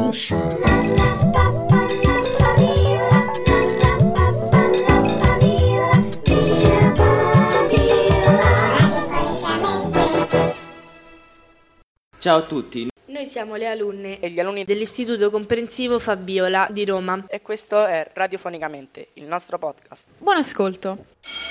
Ciao a tutti. Noi siamo le alunne e gli alunni dell'Istituto Comprensivo Fabiola di Roma. E questo è Radiofonicamente, il nostro podcast. Buon ascolto.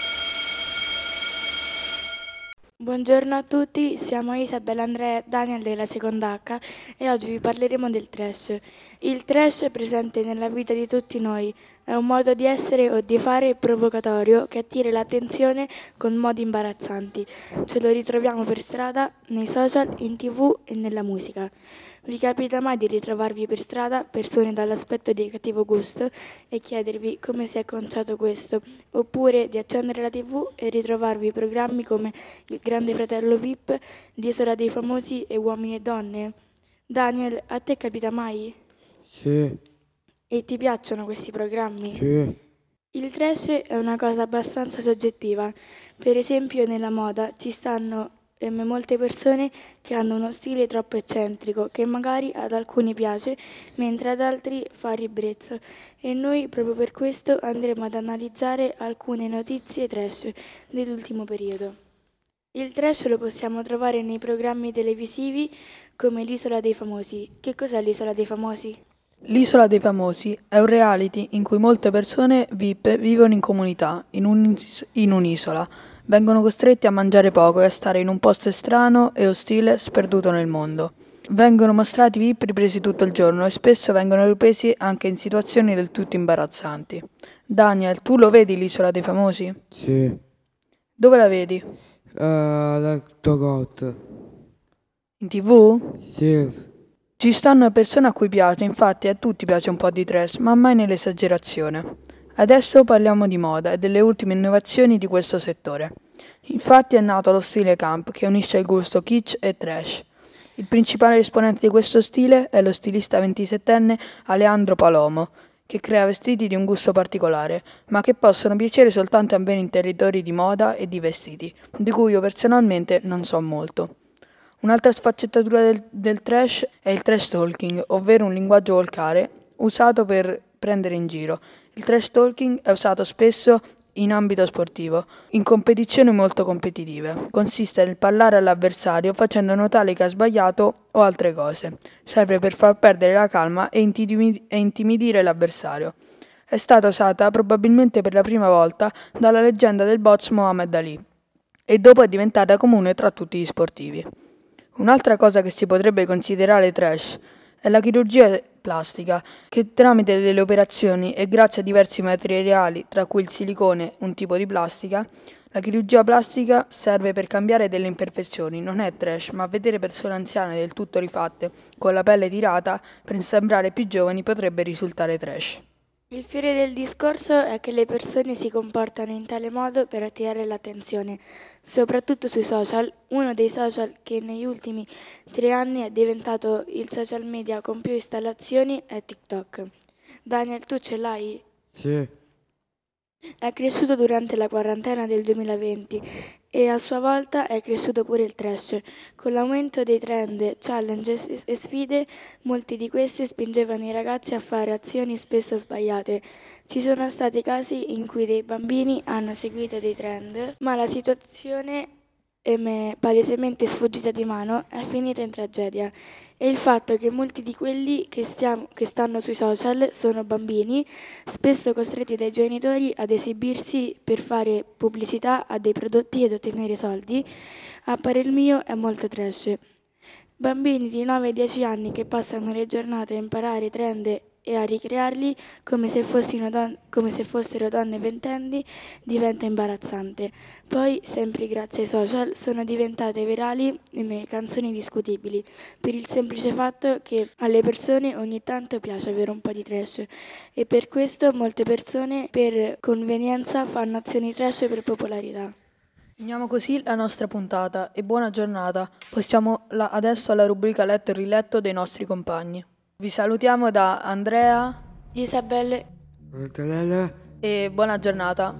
Buongiorno a tutti, siamo Isabella, Andrea e Daniel della seconda H e oggi vi parleremo del trash. Il trash è presente nella vita di tutti noi, è un modo di essere o di fare provocatorio che attira l'attenzione con modi imbarazzanti. Ce lo ritroviamo per strada, nei social, in TV e nella musica. Vi capita mai di ritrovarvi per strada persone dall'aspetto di cattivo gusto e chiedervi come si è conciato questo, oppure di accendere la TV e ritrovarvi programmi come Il Grande Fratello VIP, L'Isola dei Famosi e Uomini e Donne? Daniel, a te capita mai? Sì. E ti piacciono questi programmi? Sì. Il trash è una cosa abbastanza soggettiva. Per esempio nella moda ci stanno molte persone che hanno uno stile troppo eccentrico che magari ad alcuni piace mentre ad altri fa ribrezzo e noi proprio per questo andremo ad analizzare alcune notizie trash dell'ultimo periodo. Il trash lo possiamo trovare nei programmi televisivi come l'Isola dei Famosi. Che cos'è l'Isola dei Famosi? L'Isola dei Famosi è un reality in cui molte persone VIP vivono in comunità, in un'isola. Vengono costretti a mangiare poco e a stare in un posto strano e ostile sperduto nel mondo. Vengono mostrati VIP ripresi tutto il giorno e spesso vengono ripresi anche in situazioni del tutto imbarazzanti. Daniel, tu lo vedi l'Isola dei Famosi? Sì. Dove la vedi? L'Ectogot. In TV? Sì. Ci stanno persone a cui piace, infatti a tutti piace un po' di trash, ma mai nell'esagerazione. Adesso parliamo di moda e delle ultime innovazioni di questo settore. Infatti è nato lo stile camp che unisce il gusto kitsch e trash. Il principale esponente di questo stile è lo stilista 27enne Alejandro Palomo, che crea vestiti di un gusto particolare, ma che possono piacere soltanto a bene intenditori di moda e di vestiti, di cui io personalmente non so molto. Un'altra sfaccettatura del trash è il trash talking, ovvero un linguaggio volgare usato per prendere in giro. Il trash talking è usato spesso in ambito sportivo, in competizioni molto competitive. Consiste nel parlare all'avversario facendo notare che ha sbagliato o altre cose, sempre per far perdere la calma e intimidire l'avversario. È stata usata probabilmente per la prima volta dalla leggenda del box Muhammad Ali e dopo è diventata comune tra tutti gli sportivi. Un'altra cosa che si potrebbe considerare trash è la chirurgia plastica, che tramite delle operazioni e grazie a diversi materiali, tra cui il silicone, un tipo di plastica, la chirurgia plastica serve per cambiare delle imperfezioni. Non è trash, ma vedere persone anziane del tutto rifatte, con la pelle tirata, per sembrare più giovani potrebbe risultare trash. Il fiore del discorso è che le persone si comportano in tale modo per attirare l'attenzione, soprattutto sui social, uno dei social che negli ultimi 3 anni è diventato il social media con più installazioni è TikTok. Daniel, tu ce l'hai? Sì. È cresciuto durante la quarantena del 2020 e a sua volta è cresciuto pure il trash. Con l'aumento dei trend, challenge e sfide, molti di questi spingevano i ragazzi a fare azioni spesso sbagliate. Ci sono stati casi in cui dei bambini hanno seguito dei trend, ma la situazione palesemente sfuggita di mano è finita in tragedia. E il fatto che molti di quelli che stanno sui social sono bambini, spesso costretti dai genitori ad esibirsi per fare pubblicità a dei prodotti ed ottenere soldi, a parer mio è molto trash. Bambini di 9-10 anni che passano le giornate a imparare trend e a ricrearli come se fossero donne ventenni diventa imbarazzante. Poi, sempre grazie ai social, sono diventate virali le canzoni discutibili, per il semplice fatto che alle persone ogni tanto piace avere un po' di trash e per questo molte persone per convenienza fanno azioni trash per popolarità. Finiamo così la nostra puntata e buona giornata. Passiamo adesso alla rubrica letto e riletto dei nostri compagni. Vi salutiamo da Andrea, Isabelle e buona giornata.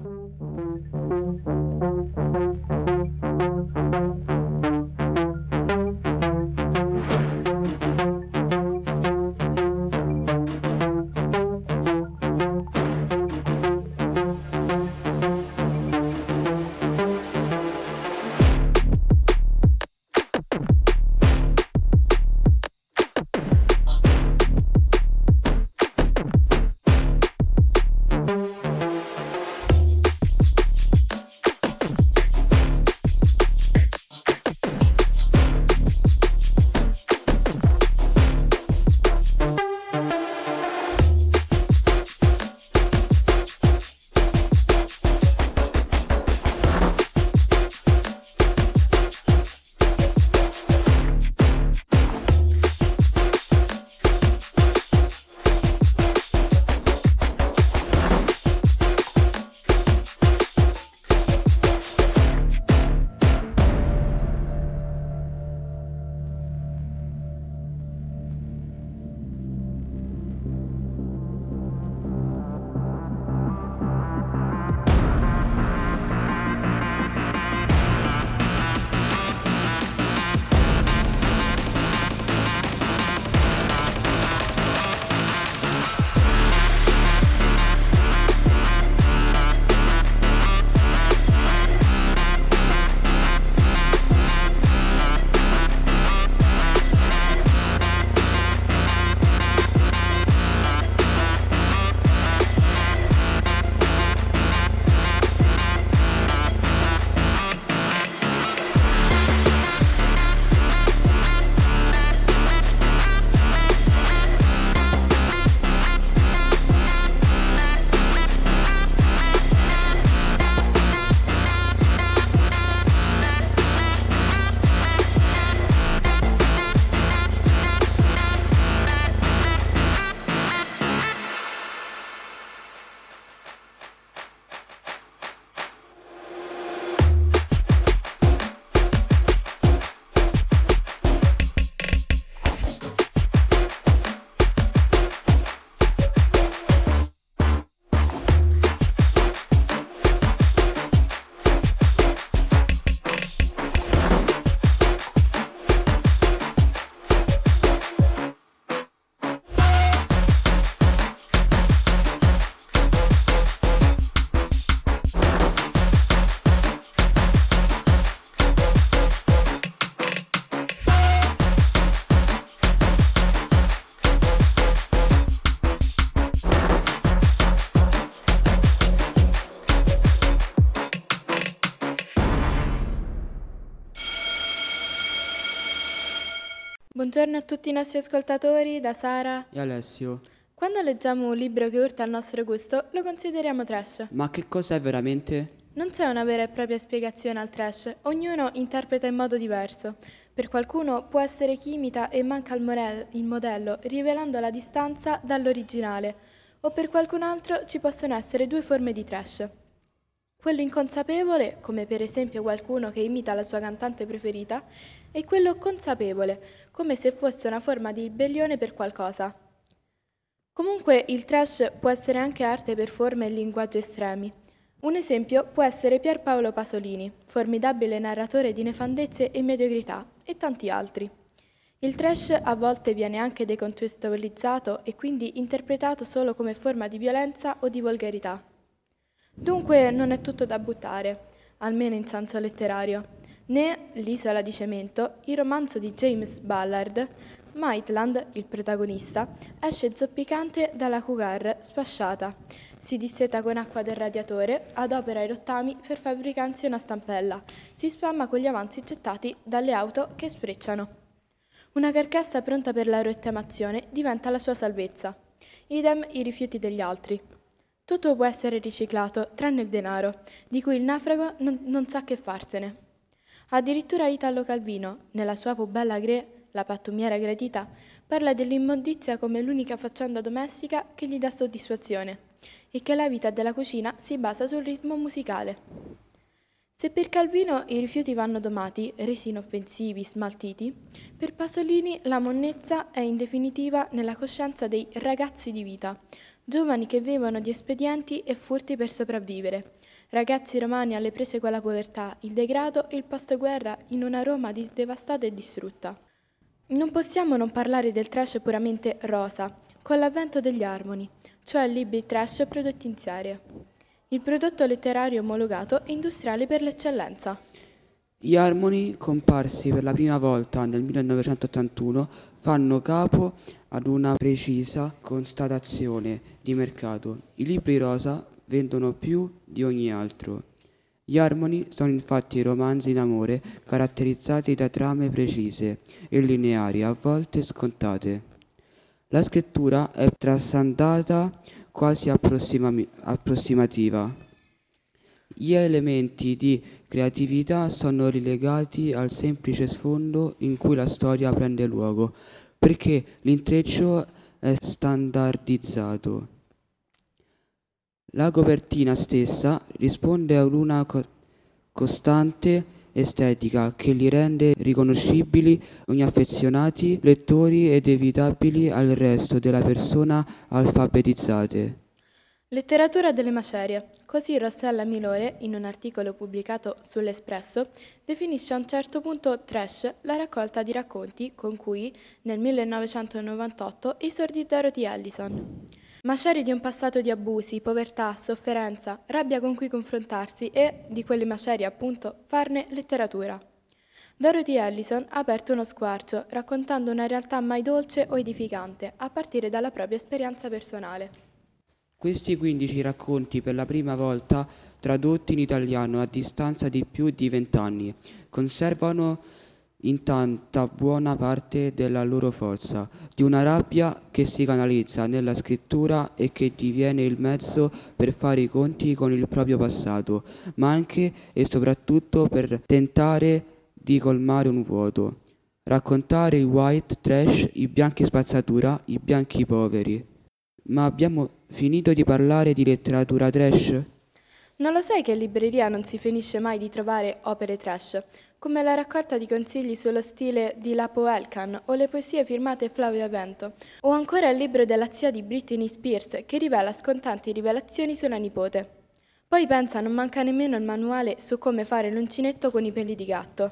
Buongiorno a tutti i nostri ascoltatori, da Sara e Alessio. Quando leggiamo un libro che urta al nostro gusto, lo consideriamo trash. Ma che cos'è veramente? Non c'è una vera e propria spiegazione al trash, ognuno interpreta in modo diverso. Per qualcuno può essere chi imita e manca il modello, rivelando la distanza dall'originale, o per qualcun altro ci possono essere due forme di trash. Quello inconsapevole, come per esempio qualcuno che imita la sua cantante preferita, e quello consapevole, come se fosse una forma di ribellione per qualcosa. Comunque il trash può essere anche arte per forme e linguaggi estremi. Un esempio può essere Pierpaolo Pasolini, formidabile narratore di nefandezze e mediocrità, e tanti altri. Il trash a volte viene anche decontestualizzato e quindi interpretato solo come forma di violenza o di volgarità. Dunque non è tutto da buttare, almeno in senso letterario. Né L'isola di cemento, il romanzo di James Ballard, Maitland, il protagonista, esce zoppicante dalla cougar sfasciata, si disseta con acqua del radiatore, adopera i rottami per fabbricarsi una stampella, si spamma con gli avanzi gettati dalle auto che sfrecciano. Una carcassa pronta per la rottamazione diventa la sua salvezza, idem i rifiuti degli altri. Tutto può essere riciclato, tranne il denaro, di cui il naufrago non sa che farsene. Addirittura Italo Calvino, nella sua Pubella Gre, la pattumiera gradita, parla dell'immondizia come l'unica faccenda domestica che gli dà soddisfazione e che la vita della cucina si basa sul ritmo musicale. Se per Calvino i rifiuti vanno domati, resi inoffensivi, smaltiti, per Pasolini la monnezza è in definitiva nella coscienza dei ragazzi di vita, giovani che vivono di espedienti e furti per sopravvivere, ragazzi romani alle prese con la povertà, il degrado e il post-guerra in una Roma devastata e distrutta. Non possiamo non parlare del trash puramente rosa, con l'avvento degli Harmony, cioè libri trash prodotti in serie. Il prodotto letterario omologato e industriale per l'eccellenza. Gli Harmony, comparsi per la prima volta nel 1981, fanno capo ad una precisa constatazione di mercato. I libri rosa vendono più di ogni altro. Gli Harmony sono infatti romanzi in amore caratterizzati da trame precise e lineari, a volte scontate. La scrittura è trasandata, quasi approssimativa. Gli elementi di creatività sono rilegati al semplice sfondo in cui la storia prende luogo, perché l'intreccio è standardizzato. La copertina stessa risponde ad una costante estetica che li rende riconoscibili ogni affezionati lettori ed evitabili al resto della persona alfabetizzate. Letteratura delle macerie. Così Rossella Milore, in un articolo pubblicato sull'Espresso, definisce a un certo punto trash la raccolta di racconti con cui, nel 1998, esordì Dorothy Allison. Macerie di un passato di abusi, povertà, sofferenza, rabbia con cui confrontarsi e, di quelle macerie appunto, farne letteratura. Dorothy Allison ha aperto uno squarcio, raccontando una realtà mai dolce o edificante, a partire dalla propria esperienza personale. Questi 15 racconti, per la prima volta tradotti in italiano a distanza di più di 20 anni, conservano intanta buona parte della loro forza, di una rabbia che si canalizza nella scrittura e che diviene il mezzo per fare i conti con il proprio passato, ma anche e soprattutto per tentare di colmare un vuoto, raccontare il white trash, i bianchi spazzatura, i bianchi poveri. Ma abbiamo finito di parlare di letteratura trash? Non lo sai che in libreria non si finisce mai di trovare opere trash, come la raccolta di consigli sullo stile di Lapo Elkan o le poesie firmate Flavio Vento, o ancora il libro della zia di Britney Spears che rivela scontanti rivelazioni sulla nipote. Poi pensa non manca nemmeno il manuale su come fare l'uncinetto con i peli di gatto.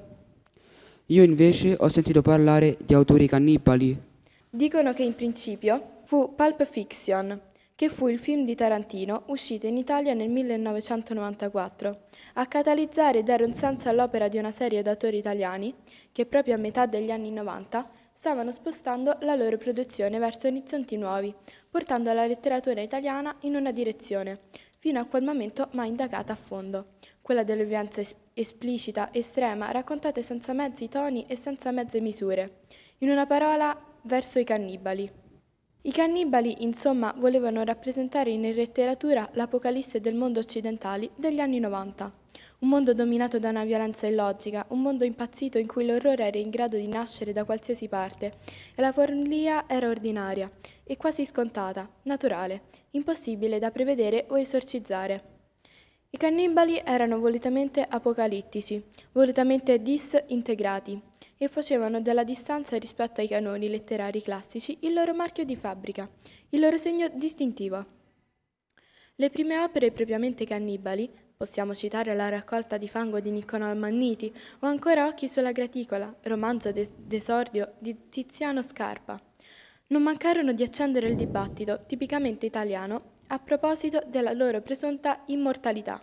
Io invece ho sentito parlare di autori cannibali. Dicono che in principio fu Pulp Fiction, che fu il film di Tarantino uscito in Italia nel 1994, a catalizzare e dare un senso all'opera di una serie d'autori italiani che proprio a metà degli anni 90 stavano spostando la loro produzione verso orizzonti nuovi, portando la letteratura italiana in una direzione, fino a quel momento mai indagata a fondo, quella dell'ovvianza esplicita, estrema, raccontate senza mezzi toni e senza mezze misure. In una parola, verso i cannibali. I cannibali, insomma, volevano rappresentare in letteratura l'apocalisse del mondo occidentale degli anni 90. Un mondo dominato da una violenza illogica, un mondo impazzito in cui l'orrore era in grado di nascere da qualsiasi parte e la follia era ordinaria e quasi scontata, naturale, impossibile da prevedere o esorcizzare. I cannibali erano volutamente apocalittici, volutamente disintegrati e facevano della distanza rispetto ai canoni letterari classici il loro marchio di fabbrica, il loro segno distintivo. Le prime opere propriamente cannibali, possiamo citare La raccolta di fango di Niccolò Manniti o ancora Occhi sulla graticola, romanzo d'esordio di Tiziano Scarpa, non mancarono di accendere il dibattito tipicamente italiano a proposito della loro presunta immortalità.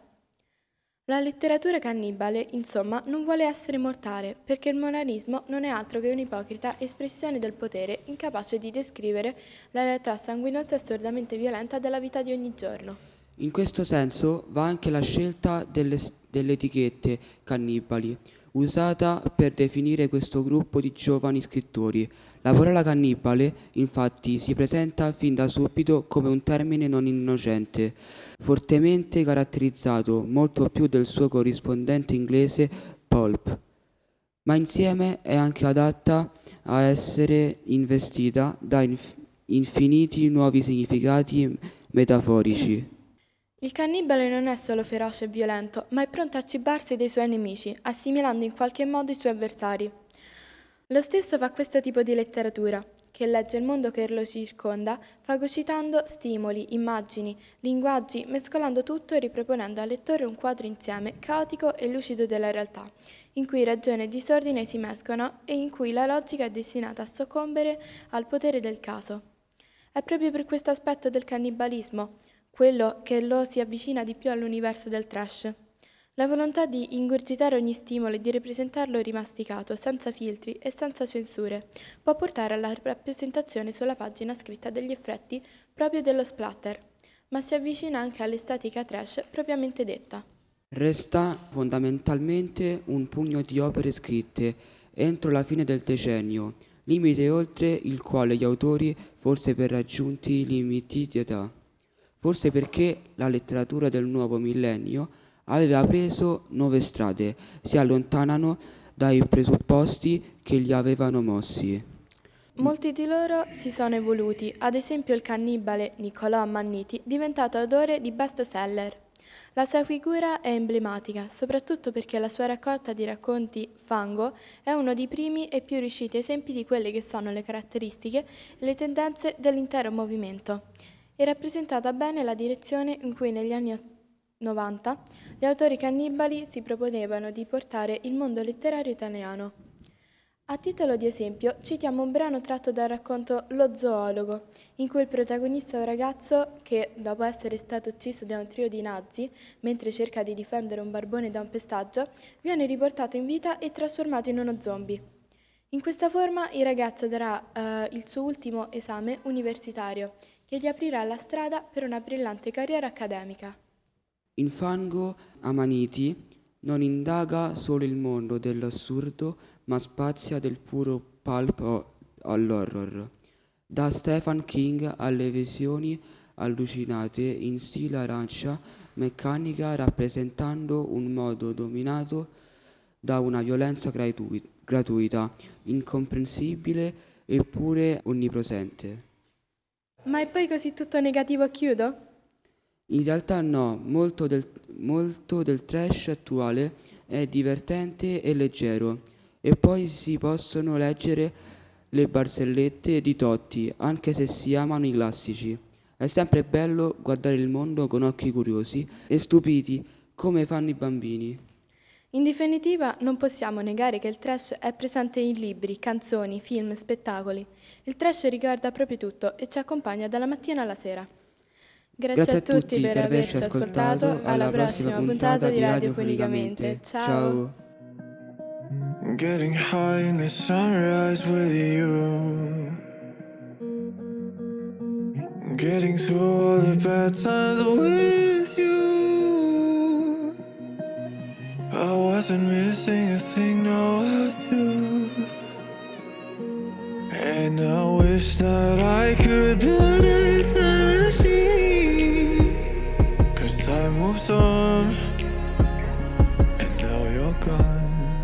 La letteratura cannibale, insomma, non vuole essere mortale, perché il moralismo non è altro che un'ipocrita espressione del potere incapace di descrivere la realtà sanguinosa e assurdamente violenta della vita di ogni giorno. In questo senso va anche la scelta delle etichette cannibali, usata per definire questo gruppo di giovani scrittori. La parola cannibale, infatti, si presenta fin da subito come un termine non innocente, fortemente caratterizzato molto più del suo corrispondente inglese pulp, ma insieme è anche adatta a essere investita da infiniti nuovi significati metaforici. Il cannibale non è solo feroce e violento, ma è pronto a cibarsi dei suoi nemici, assimilando in qualche modo i suoi avversari. Lo stesso fa questo tipo di letteratura, che legge il mondo che lo circonda, fagocitando stimoli, immagini, linguaggi, mescolando tutto e riproponendo al lettore un quadro insieme caotico e lucido della realtà, in cui ragione e disordine si mescolano e in cui la logica è destinata a soccombere al potere del caso. È proprio per questo aspetto del cannibalismo, quello che lo si avvicina di più all'universo del trash. La volontà di ingurgitare ogni stimolo e di rappresentarlo rimasticato, senza filtri e senza censure, può portare alla rappresentazione sulla pagina scritta degli effetti proprio dello splatter, ma si avvicina anche all'estetica trash propriamente detta. Resta fondamentalmente un pugno di opere scritte entro la fine del decennio, limite oltre il quale gli autori, forse per raggiunti limiti di età, forse perché la letteratura del nuovo millennio aveva preso nuove strade, si allontanano dai presupposti che li avevano mossi. Molti di loro si sono evoluti, ad esempio il cannibale Niccolò Manniti, diventato autore di best-seller. La sua figura è emblematica, soprattutto perché la sua raccolta di racconti Fango è uno dei primi e più riusciti esempi di quelle che sono le caratteristiche e le tendenze dell'intero movimento. È rappresentata bene la direzione in cui negli anni 90 gli autori cannibali si proponevano di portare il mondo letterario italiano. A titolo di esempio citiamo un brano tratto dal racconto Lo zoologo, in cui il protagonista è un ragazzo che, dopo essere stato ucciso da un trio di nazi, mentre cerca di difendere un barbone da un pestaggio, viene riportato in vita e trasformato in uno zombie. In questa forma il ragazzo darà il suo ultimo esame universitario, che gli aprirà la strada per una brillante carriera accademica. In Fango Amaniti non indaga solo il mondo dell'assurdo, ma spazia del puro pulp all'horror. Da Stephen King alle visioni allucinate in stile arancia meccanica, rappresentando un mondo dominato da una violenza gratuita, incomprensibile eppure onnipresente. Ma è poi così tutto negativo a chiudo? In realtà no, molto del trash attuale è divertente e leggero, e poi si possono leggere le barzellette di Totti, anche se si amano i classici. È sempre bello guardare il mondo con occhi curiosi e stupiti, come fanno i bambini. In definitiva, non possiamo negare che il trash è presente in libri, canzoni, film, spettacoli. Il trash riguarda proprio tutto e ci accompagna dalla mattina alla sera. Grazie a tutti per averci ascoltato. Alla prossima puntata di Radiofonicamente. Ciao. Getting high in the sunrise with you. Getting through all the bad times with you. I wasn't missing a thing, now I do. that I could build a time machine, 'cause time moves on and now you're gone.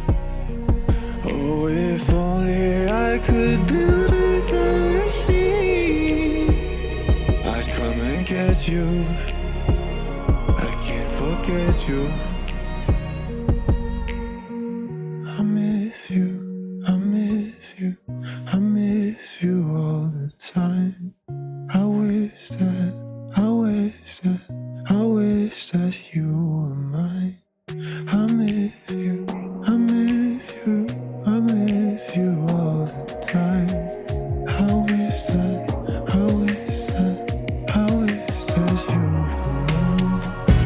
Oh, if only I could build a time machine, I'd come and get you. I can't forget you. I miss you, I miss you, I miss you all the time. I wish that, I wish that, I wish that you were mine. I miss you, I miss you, I miss you all the time. I wish that, I wish that, I wish that you were mine.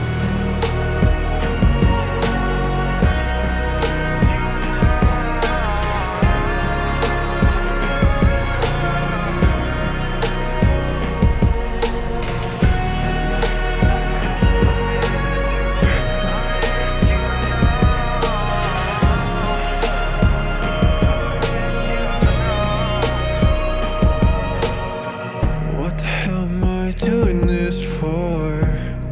What the hell am I doing this for?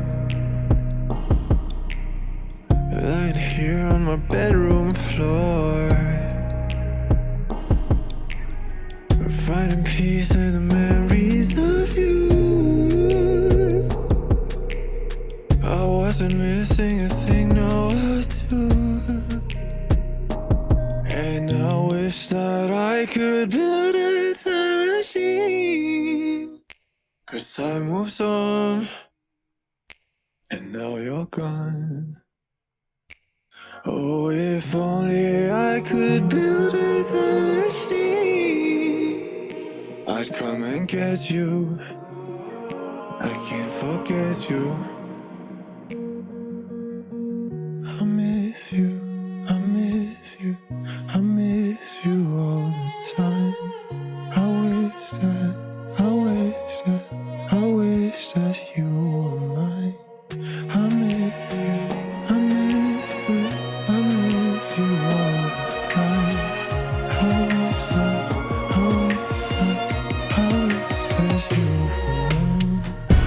Lying here on my bedroom floor, finding peace in the memories of you. I wasn't missing a thing, no, I do. And I wish that I could build a time machine, 'cause time moves on and now you're gone. Oh, if only I could build a time machine, I'd come and get you. I can't forget you. I miss you, I miss you, I miss you all the time. I wish that, I wish that, I wish that you were mine. I miss you, I miss you, I miss you all the time. I wish that, I wish that, I wish that you were mine.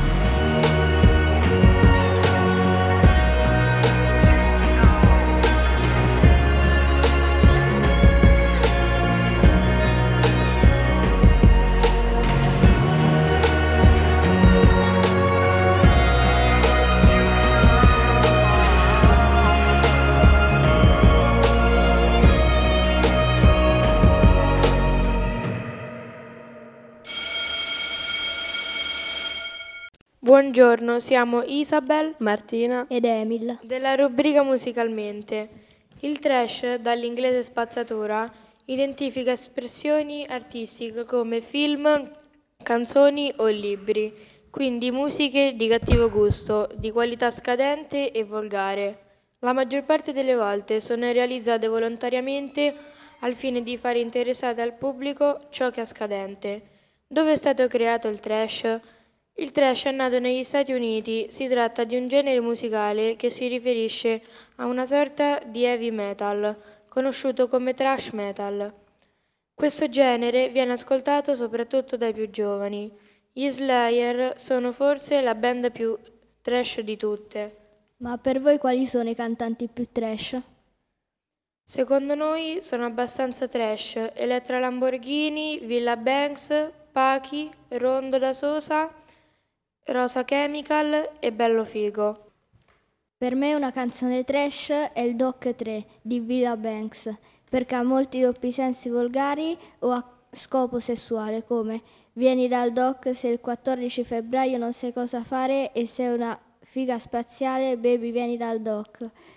Buongiorno, siamo Isabel Martina ed Emil. della rubrica Musicalmente. Il trash, dall'inglese spazzatura, identifica espressioni artistiche come film, canzoni o libri, quindi musiche di cattivo gusto, di qualità scadente e volgare. La maggior parte delle volte sono realizzate volontariamente al fine di fare interessare al pubblico ciò che è scadente. Dove è stato creato il trash? Il trash è nato negli Stati Uniti, si tratta di un genere musicale che si riferisce a una sorta di heavy metal, conosciuto come thrash metal. Questo genere viene ascoltato soprattutto dai più giovani. Gli Slayer sono forse la band più trash di tutte. Ma per voi quali sono i cantanti più trash? Secondo noi sono abbastanza trash: Elettra Lamborghini, Villa Banks, Pachi, Rondo da Sosa, Rosa Chemical e Bello Figo. Per me una canzone trash è il Doc 3 di Villa Banks, perché ha molti doppi sensi volgari o a scopo sessuale, come vieni dal Doc se il 14 febbraio non sai cosa fare e sei una figa spaziale, baby vieni dal Doc.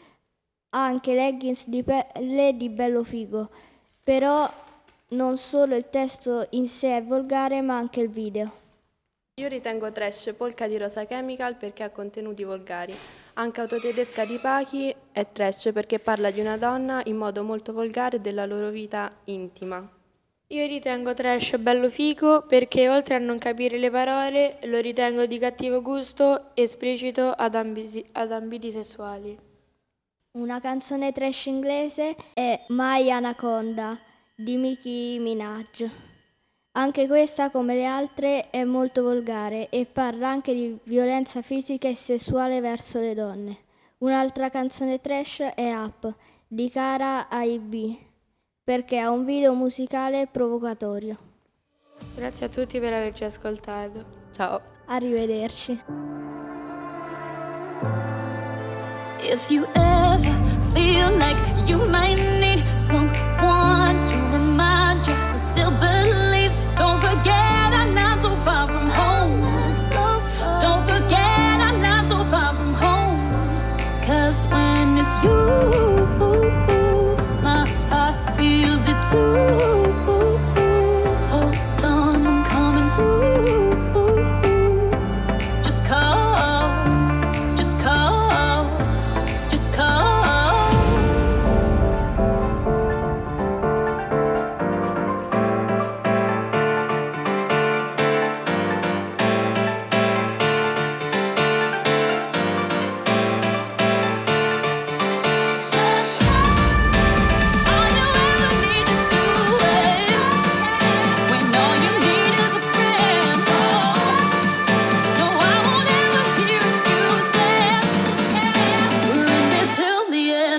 Ha anche leggings di pelle di Bello Figo, però non solo il testo in sé è volgare ma anche il video. Io ritengo trash Polka di Rosa Chemical perché ha contenuti volgari. Anche Autotedesca di Pachi è trash perché parla di una donna in modo molto volgare della loro vita intima. Io ritengo trash Bello Figo perché oltre a non capire le parole lo ritengo di cattivo gusto, esplicito ad ambiti sessuali. Una canzone trash inglese è My Anaconda di Nicki Minaj. Anche questa, come le altre, è molto volgare e parla anche di violenza fisica e sessuale verso le donne. Un'altra canzone trash è Up di Cara A.I.B. perché ha un video musicale provocatorio. Grazie a tutti per averci ascoltato. Ciao. Arrivederci. If you ever feel like you might need someone to remind you who still believes, don't forget I'm not so far from home. Don't forget I'm not so far from home. 'Cause when it's you, my heart feels it too. Hold on, I'm coming through. Just call, just call, just call. All you ever need to do is, when all you need is a friend. No, I won't ever hear excuses. We're in this till the end.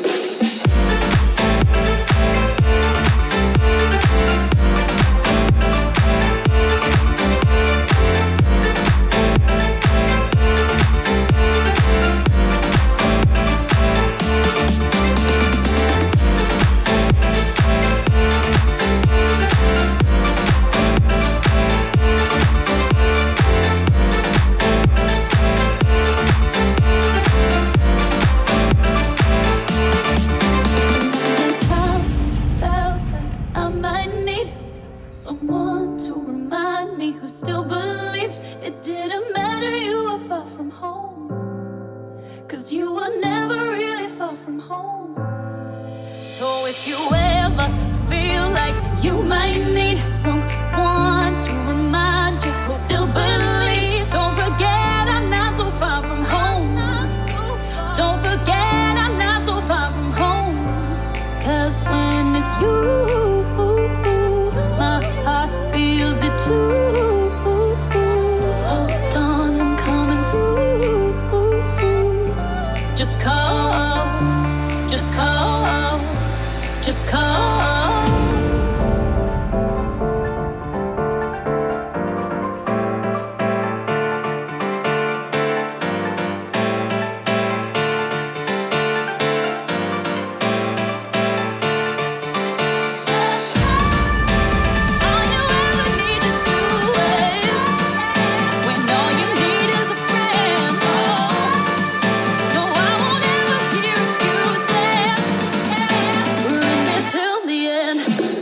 Sometimes I felt like I might need someone to remind me who still believed it didn't matter, you were far from home. 'Cause you were never really far from home. So if you ever feel like you might need someone to remind you who still believes, don't forget I'm not so far from home. Don't forget I'm not so far from home. 'Cause when it's you, my heart feels it too. Hold on, I'm coming through. Just call, just call, just call. All you ever need to do is, when all you need is a friend. No, I won't ever hear excuses. We're in this till the end.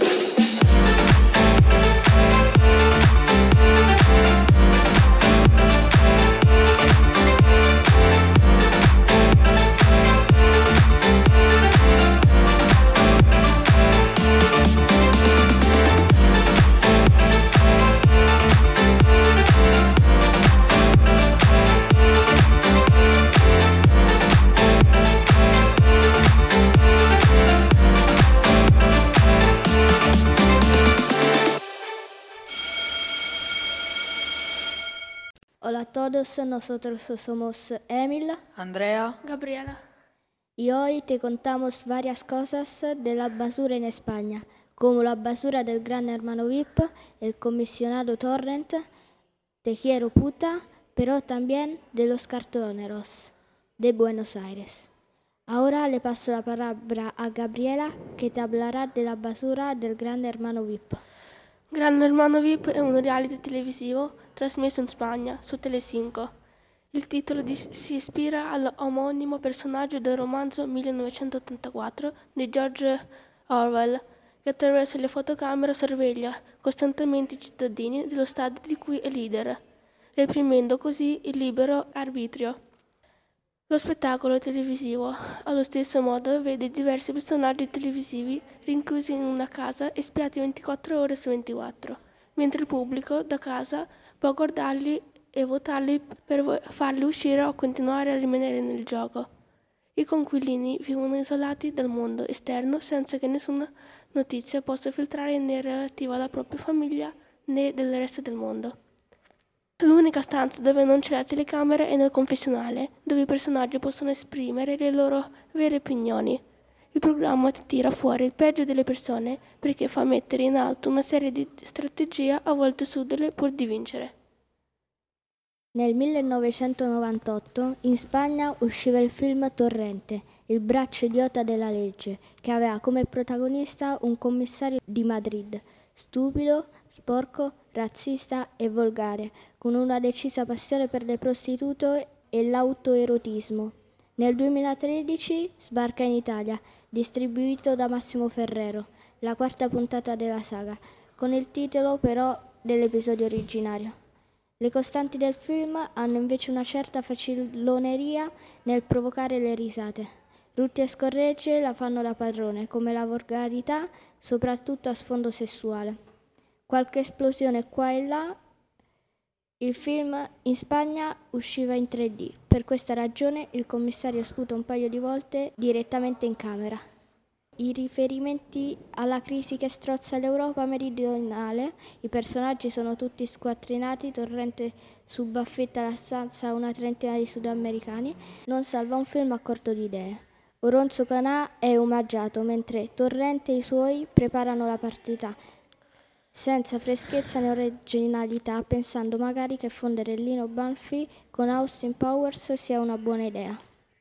Hola a todos, nosotros somos Emil Andrea, Gabriela. y hoy te contamos varias cosas de la basura en España, como la basura del Gran Hermano VIP, el comisionado Torrent, Te quiero puta, pero también de los cartoneros de Buenos Aires. Ahora le paso la palabra a Gabriela que te hablará de la basura del Gran Hermano VIP. Gran Hermano VIP è un reality televisivo trasmesso in Spagna su Telecinco. Il titolo si ispira all'omonimo personaggio del romanzo 1984 di George Orwell, che attraverso le fotocamere sorveglia costantemente i cittadini dello Stato di cui è leader, reprimendo così il libero arbitrio. Lo spettacolo televisivo, allo stesso modo, vede diversi personaggi televisivi rinchiusi in una casa e spiati 24 ore su 24, mentre il pubblico da casa può guardarli e votarli per farli uscire o continuare a rimanere nel gioco. I coinquilini vivono isolati dal mondo esterno senza che nessuno notizia possa filtrare né relativa alla propria famiglia né del resto del mondo. L'unica stanza dove non c'è la telecamera è nel confessionale, dove i personaggi possono esprimere le loro vere opinioni. Il programma ti tira fuori il peggio delle persone perché fa mettere in alto una serie di strategie a volte subdole pur di vincere. Nel 1998 in Spagna usciva il film Torrente, il braccio idiota della legge, che aveva come protagonista un commissario di Madrid, stupido, sporco, razzista e volgare, con una decisa passione per le prostitute e l'autoerotismo. Nel 2013 sbarca in Italia, distribuito da Massimo Ferrero, la quarta puntata della saga, con il titolo però dell'episodio originario. Le costanti del film hanno invece una certa faciloneria nel provocare le risate. Rutti e scorregge la fanno da padrone, come la volgarità, soprattutto a sfondo sessuale. Qualche esplosione qua e là. Il film in Spagna usciva in 3D. Per questa ragione il commissario sputa un paio di volte direttamente in camera. I riferimenti alla crisi che strozza l'Europa meridionale, i personaggi sono tutti squattrinati, Torrente subaffetta la stanza a una trentina di sudamericani, non salva un film a corto di idee. Oronzo Canà è omaggiato, mentre Torrente e i suoi preparano la partita, senza freschezza né originalità, pensando magari che fondere Lino Banfi con Austin Powers sia una buona idea.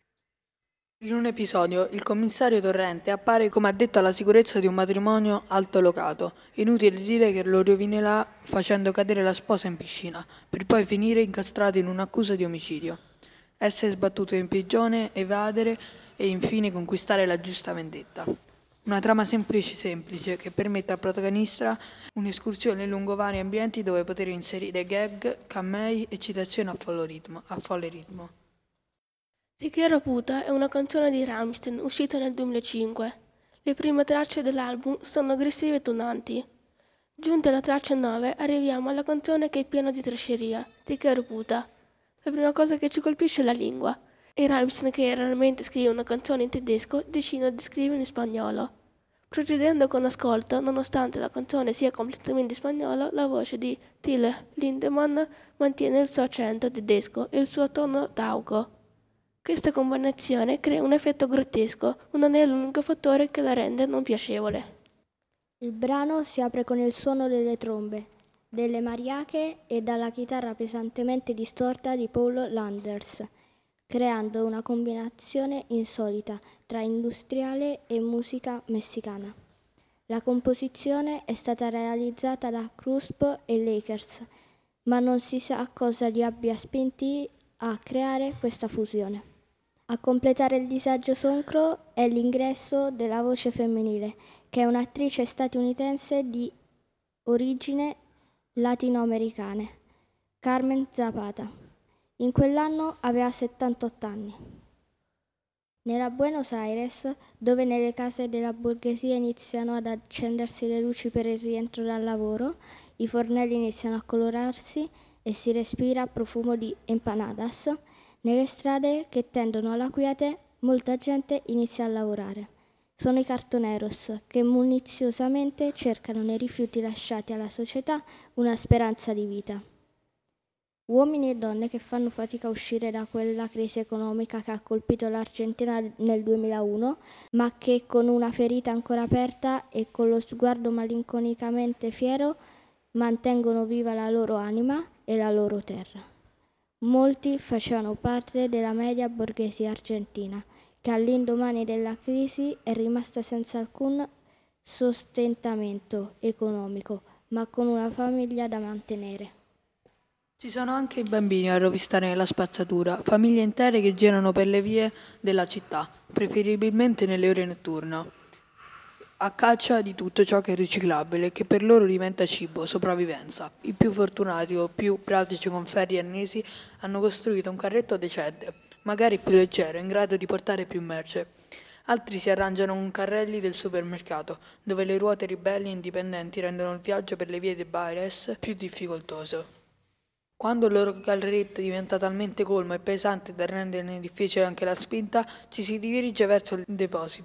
In un episodio, il commissario Torrente appare come addetto alla sicurezza di un matrimonio altolocato. Inutile dire che lo rovinerà facendo cadere la sposa in piscina, per poi finire incastrato in un'accusa di omicidio. Essere sbattuto in prigione, evadere e infine conquistare la giusta vendetta. Una trama semplice che permette al protagonista un'escursione lungo vari ambienti dove poter inserire gag, camei e citazioni a folle ritmo. Ti quiero puta è una canzone di Rammstein uscita nel 2005. Le prime tracce dell'album sono aggressive e tonanti. Giunte alla traccia 9 arriviamo alla canzone che è piena di trasceria, Ti quiero puta. La prima cosa che ci colpisce è la lingua. E Rammstein, che raramente scrive una canzone in tedesco, decide di scrivere in spagnolo. Procedendo con ascolto, nonostante la canzone sia completamente in spagnolo, la voce di Till Lindemann mantiene il suo accento tedesco e il suo tono tauco. Questa combinazione crea un effetto grottesco, un anello lungo fattore che la rende non piacevole. Il brano si apre con il suono delle trombe, delle mariache e dalla chitarra pesantemente distorta di Paul Landers, creando una combinazione insolita tra industriale e musica messicana. La composizione è stata realizzata da Krusp e Lakers, ma non si sa cosa li abbia spinti a creare questa fusione. A completare il disagio sonoro è l'ingresso della voce femminile, che è un'attrice statunitense di origine latinoamericane, Carmen Zapata. In quell'anno aveva 78 anni. Nella Buenos Aires, dove nelle case della borghesia iniziano ad accendersi le luci per il rientro dal lavoro, i fornelli iniziano a colorarsi e si respira profumo di empanadas, nelle strade che tendono alla quiete molta gente inizia a lavorare. Sono i cartoneros che muniziosamente cercano nei rifiuti lasciati alla società una speranza di vita. Uomini e donne che fanno fatica a uscire da quella crisi economica che ha colpito l'Argentina nel 2001, ma che con una ferita ancora aperta e con lo sguardo malinconicamente fiero mantengono viva la loro anima e la loro terra. Molti facevano parte della media borghesia argentina, che all'indomani della crisi è rimasta senza alcun sostentamento economico, ma con una famiglia da mantenere. Ci sono anche i bambini a rovistare nella spazzatura, famiglie intere che girano per le vie della città, preferibilmente nelle ore notturne, a caccia di tutto ciò che è riciclabile e che per loro diventa cibo, sopravvivenza. I più fortunati o più pratici con ferri annesi hanno costruito un carretto decente, magari più leggero, in grado di portare più merce. Altri si arrangiano con carrelli del supermercato, dove le ruote ribelli e indipendenti rendono il viaggio per le vie dei Baires più difficoltoso. Quando il loro carretto diventa talmente colmo e pesante da renderne difficile anche la spinta, ci si dirige verso il deposito,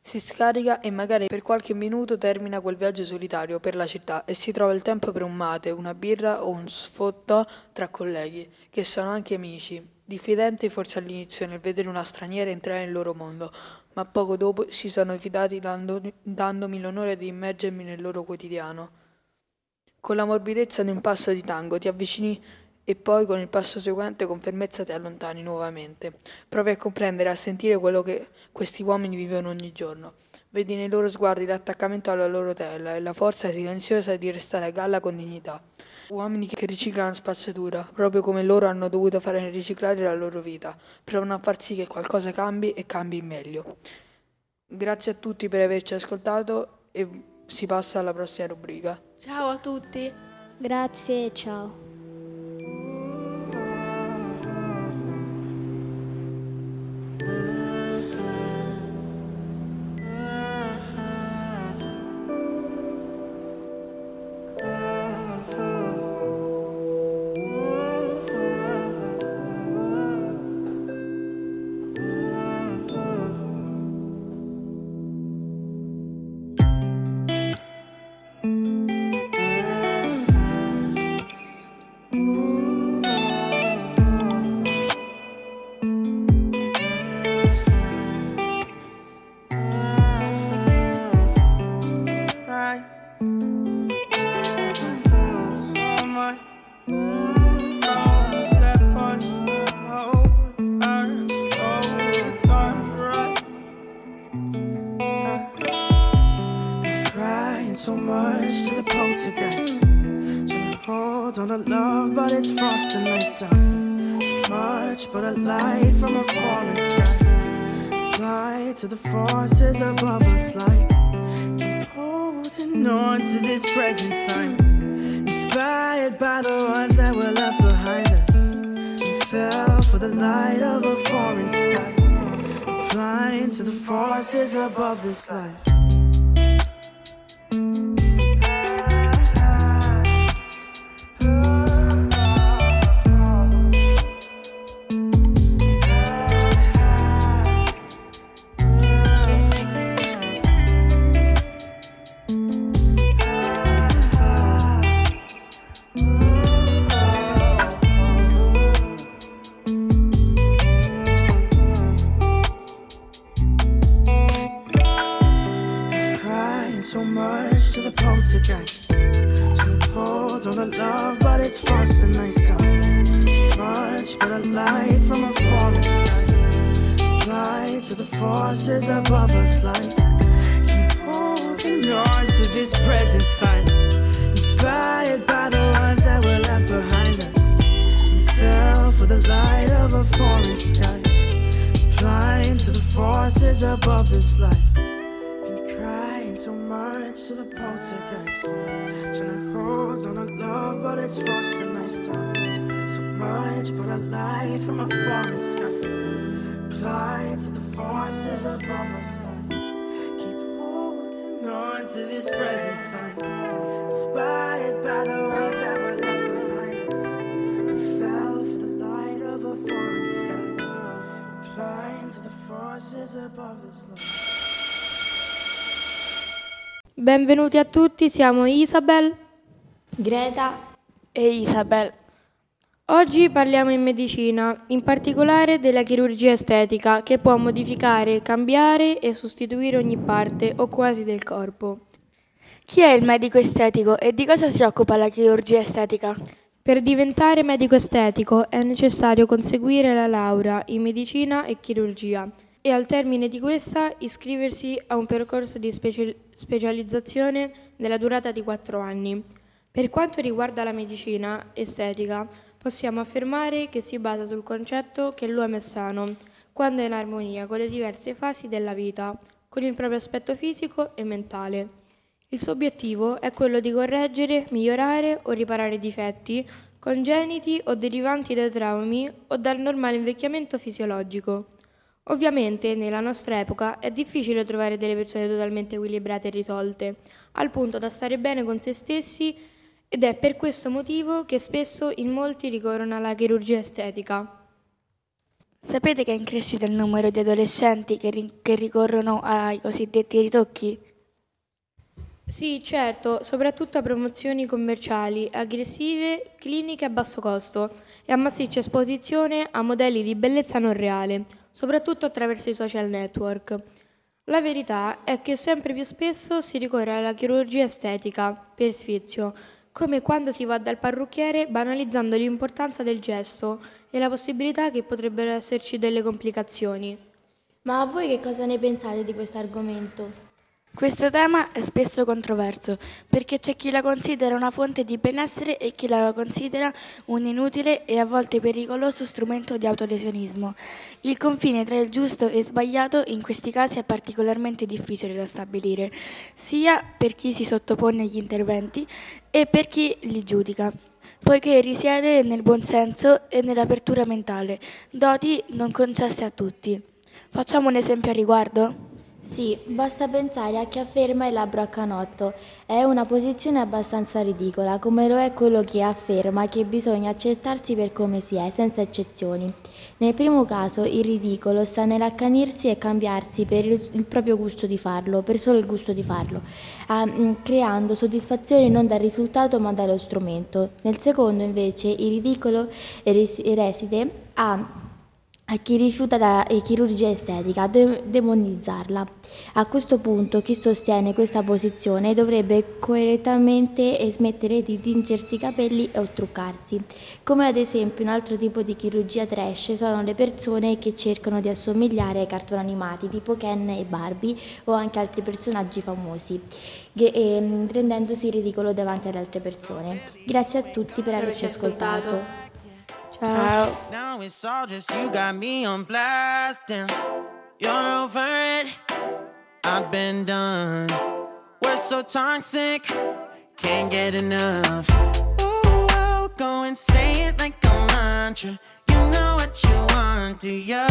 Si scarica e magari per qualche minuto termina quel viaggio solitario per la città e si trova il tempo per un mate, una birra o un sfottò tra colleghi, che sono anche amici. Diffidenti forse all'inizio nel vedere una straniera entrare nel loro mondo, ma poco dopo si sono fidati dandomi l'onore di immergermi nel loro quotidiano. Con la morbidezza di un passo di tango ti avvicini e poi con il passo seguente con fermezza ti allontani nuovamente. Provi a comprendere, a sentire quello che questi uomini vivono ogni giorno. Vedi nei loro sguardi l'attaccamento alla loro terra e la forza silenziosa di restare a galla con dignità. Uomini che riciclano spazzatura, proprio come loro hanno dovuto fare riciclare la loro vita. Provano a far sì che qualcosa cambi e cambi in meglio. Grazie a tutti per averci ascoltato e si passa alla prossima rubrica. Ciao a tutti. Grazie e ciao. So much to the poltergeist. Trying to hold on to love, but it's frost and nice time. Much but a light from a falling sky. Apply to the forces above us like keep holding on to this present time. Inspired by the ones that were left behind us. We fell for the light of a foreign sky. Applying to the forces above this life. So much to the poltergeist. Trying to hold on to love, but it's frost and nice time. Much but a light from a falling sky. Apply to the forces above us like keep holding on to this present time. Inspired by the ones that were left behind us. We fell for the light of a foreign sky. Applying to the forces above this life. So much to the poltergeist. Trying to hold on to love, but it's frost and nice time. So much but a light from a falling sky. Apply to the forces above us. Keep holding on to this present time. Inspired by the ones that were left behind us. We fell for the light of a foreign sky. Applying to the forces above this life. Benvenuti a tutti, siamo Isabel, Greta e Isabel. Oggi parliamo in medicina, in particolare della chirurgia estetica che può modificare, cambiare e sostituire ogni parte o quasi del corpo. Chi è il medico estetico e di cosa si occupa la chirurgia estetica? Per diventare medico estetico è necessario conseguire la laurea in medicina e chirurgia e al termine di questa iscriversi a un percorso di specializzazione della durata di 4 anni. Per quanto riguarda la medicina estetica, possiamo affermare che si basa sul concetto che l'uomo è sano, quando è in armonia con le diverse fasi della vita, con il proprio aspetto fisico e mentale. Il suo obiettivo è quello di correggere, migliorare o riparare difetti congeniti o derivanti dai traumi o dal normale invecchiamento fisiologico. Ovviamente nella nostra epoca è difficile trovare delle persone totalmente equilibrate e risolte, al punto da stare bene con se stessi, ed è per questo motivo che spesso in molti ricorrono alla chirurgia estetica. Sapete che è in crescita il numero di adolescenti che ricorrono ai cosiddetti ritocchi? Sì, certo, soprattutto a promozioni commerciali, aggressive, cliniche a basso costo e a massiccia esposizione a modelli di bellezza non reale, soprattutto attraverso i social network. La verità è che sempre più spesso si ricorre alla chirurgia estetica per sfizio, come quando si va dal parrucchiere banalizzando l'importanza del gesto e la possibilità che potrebbero esserci delle complicazioni. Ma a voi che cosa ne pensate di questo argomento? Questo tema è spesso controverso perché c'è chi la considera una fonte di benessere e chi la considera un inutile e a volte pericoloso strumento di autolesionismo. Il confine tra il giusto e sbagliato in questi casi è particolarmente difficile da stabilire, sia per chi si sottopone agli interventi e per chi li giudica, poiché risiede nel buonsenso e nell'apertura mentale, doti non concesse a tutti. Facciamo un esempio a riguardo? Sì, basta pensare a chi afferma il labbro a canotto. È una posizione abbastanza ridicola, come lo è quello che afferma che bisogna accettarsi per come si è, senza eccezioni. Nel primo caso il ridicolo sta nell'accanirsi e cambiarsi per il proprio gusto di farlo, per solo il gusto di farlo, creando soddisfazione non dal risultato ma dallo strumento. Nel secondo invece il ridicolo reside a chi rifiuta la chirurgia estetica, demonizzarla. A questo punto chi sostiene questa posizione dovrebbe coerentemente smettere di tingersi i capelli o truccarsi. Come ad esempio un altro tipo di chirurgia trash sono le persone che cercano di assomigliare ai cartoni animati tipo Ken e Barbie o anche altri personaggi famosi, rendendosi ridicolo davanti ad altre persone. Grazie a tutti per averci ascoltato. Ciao. Now it's all just you got me on blast. Damn, you're over it. I've been done. We're so toxic, can't get enough. Ooh, I'll go and say it like a mantra. You know what you want, do ya?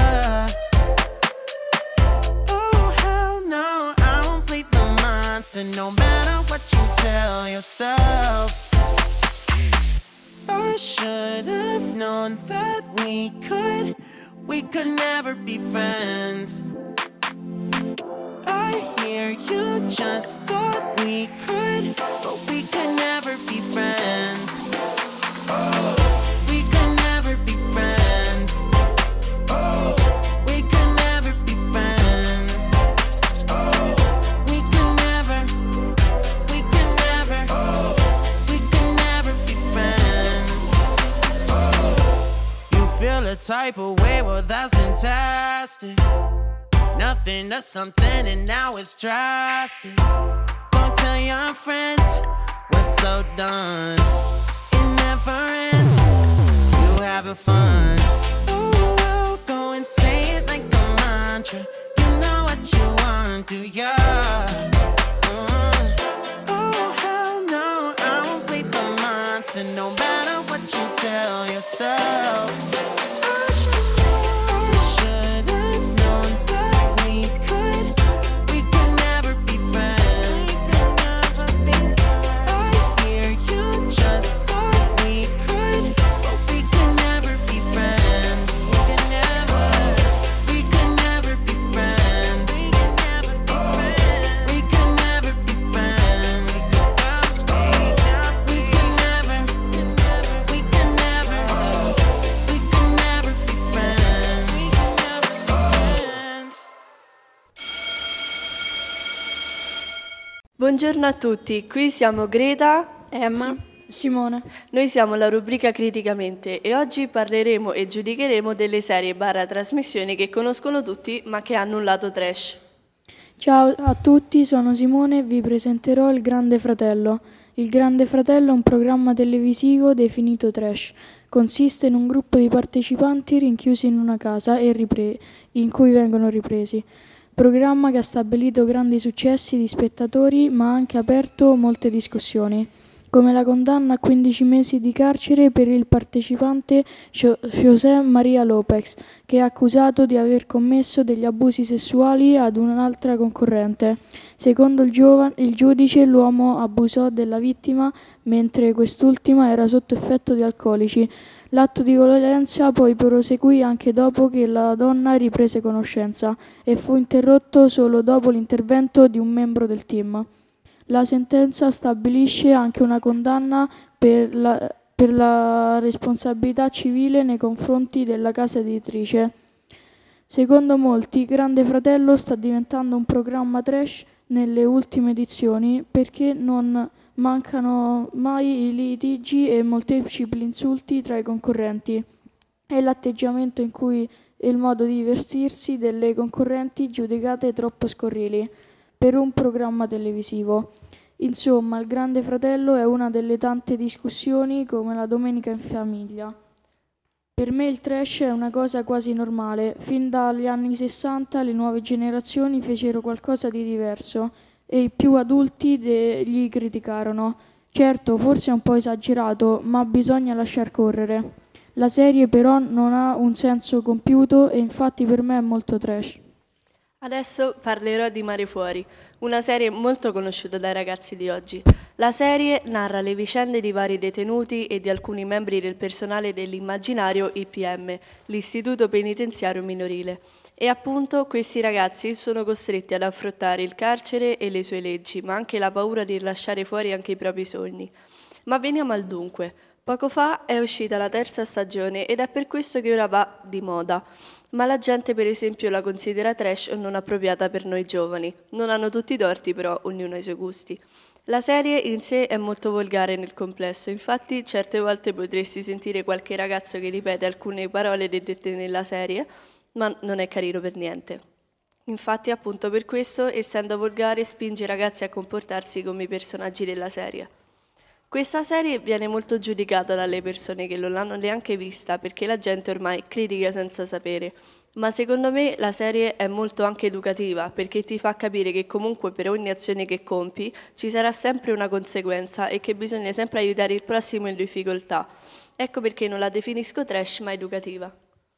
Oh, hell no, I won't play the monster. No matter what you tell yourself. I should have known that we could never be friends. I hear you just thought we could, but we could never be friends. We could never be friends. We could never be friends. We could never, we could never, we could never be friends. You feel a type of way, well that's fantastic. Nothing to something and now it's drastic. Don't tell your friends, we're so done. It never ends, you having fun. Oh, I'll go and say it like a mantra. You know what you want, do ya? Oh, hell no, I won't play the monster. No matter what you tell yourself. Buongiorno a tutti, qui siamo Greta, Emma, Simone. Noi siamo la rubrica Criticamente e oggi parleremo e giudicheremo delle serie / trasmissioni che conoscono tutti ma che hanno un lato trash. Ciao a tutti, sono Simone e vi presenterò Il Grande Fratello. Il Grande Fratello è un programma televisivo definito trash. Consiste in un gruppo di partecipanti rinchiusi in una casa in cui vengono ripresi. Programma che ha stabilito grandi successi di spettatori ma ha anche aperto molte discussioni. come la condanna a 15 mesi di carcere per il partecipante José María López, che è accusato di aver commesso degli abusi sessuali ad un'altra concorrente. Secondo il giudice, l'uomo abusò della vittima mentre quest'ultima era sotto effetto di alcolici. L'atto di violenza poi proseguì anche dopo che la donna riprese conoscenza e fu interrotto solo dopo l'intervento di un membro del team. La sentenza stabilisce anche una condanna per la responsabilità civile nei confronti della casa editrice. Secondo molti, Grande Fratello sta diventando un programma trash nelle ultime edizioni perché non mancano mai i litigi e molteplici insulti tra i concorrenti e l'atteggiamento in cui il modo di vestirsi delle concorrenti giudicate troppo scorrili per un programma televisivo. Insomma, il Grande Fratello è una delle tante discussioni come la domenica in famiglia. Per me il trash è una cosa quasi normale. Fin dagli anni 60 le nuove generazioni fecero qualcosa di diverso e i più adulti gli criticarono. Certo, forse è un po' esagerato, ma bisogna lasciar correre. La serie però non ha un senso compiuto e infatti per me è molto trash. Adesso parlerò di Mare Fuori, una serie molto conosciuta dai ragazzi di oggi. La serie narra le vicende di vari detenuti e di alcuni membri del personale dell'immaginario IPM, l'Istituto Penitenziario Minorile. E appunto questi ragazzi sono costretti ad affrontare il carcere e le sue leggi, ma anche la paura di lasciare fuori anche i propri sogni. Ma veniamo al dunque. Poco fa è uscita la 3ª stagione ed è per questo che ora va di moda. Ma la gente per esempio la considera trash o non appropriata per noi giovani. Non hanno tutti i torti, però ognuno ha i suoi gusti. La serie in sé è molto volgare nel complesso, infatti certe volte potresti sentire qualche ragazzo che ripete alcune parole dette nella serie, ma non è carino per niente. Infatti appunto per questo, essendo volgare, spinge i ragazzi a comportarsi come i personaggi della serie. Questa serie viene molto giudicata dalle persone che non l'hanno neanche vista perché la gente ormai critica senza sapere, ma secondo me la serie è molto anche educativa perché ti fa capire che comunque per ogni azione che compi ci sarà sempre una conseguenza e che bisogna sempre aiutare il prossimo in difficoltà. Ecco perché non la definisco trash ma educativa.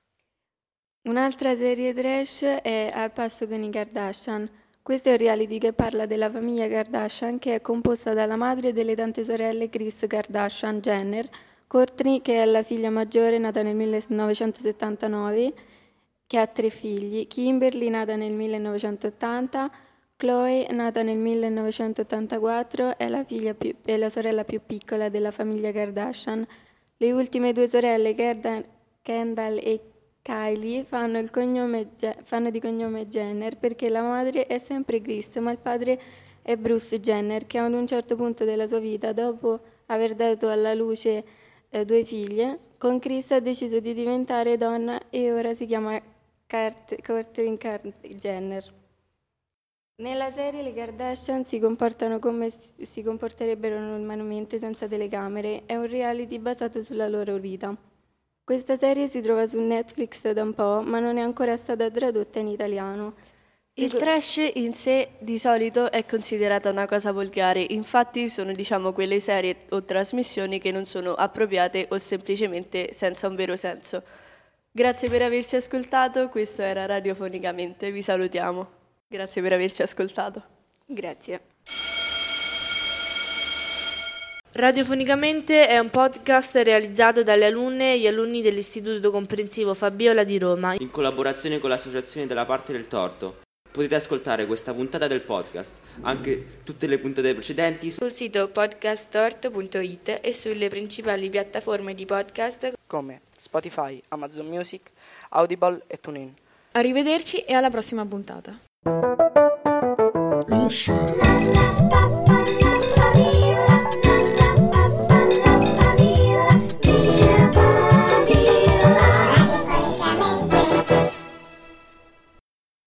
Un'altra serie trash è Al passo con i Kardashian. Questo è un reality che parla della famiglia Kardashian, che è composta dalla madre delle tante sorelle Kris Kardashian Jenner, Kourtney, che è la figlia maggiore nata nel 1979, che ha 3 figli, Kimberly, nata nel 1980, Khloe, nata nel 1984, è la sorella più piccola della famiglia Kardashian. Le ultime 2 sorelle, Kendall e Kylie, fanno di cognome Jenner perché la madre è sempre Kris, ma il padre è Bruce Jenner, che ad un certo punto della sua vita, dopo aver dato alla luce 2 figlie, con Kris ha deciso di diventare donna e ora si chiama Kourtney Jenner. Nella serie le Kardashian si comportano come si comporterebbero normalmente senza telecamere, è un reality basato sulla loro vita. Questa serie si trova su Netflix da un po', ma non è ancora stata tradotta in italiano. Il trash in sé di solito è considerata una cosa volgare, infatti sono quelle serie o trasmissioni che non sono appropriate o semplicemente senza un vero senso. Grazie per averci ascoltato, questo era Radiofonicamente, vi salutiamo. Grazie per averci ascoltato. Grazie. Radiofonicamente è un podcast realizzato dalle alunne e gli alunni dell'Istituto Comprensivo Fabiola di Roma in collaborazione con l'associazione della Parte del Torto. Potete ascoltare questa puntata del podcast, anche tutte le puntate precedenti sul sito podcasttorto.it e sulle principali piattaforme di podcast come Spotify, Amazon Music, Audible e TuneIn. Arrivederci e alla prossima puntata.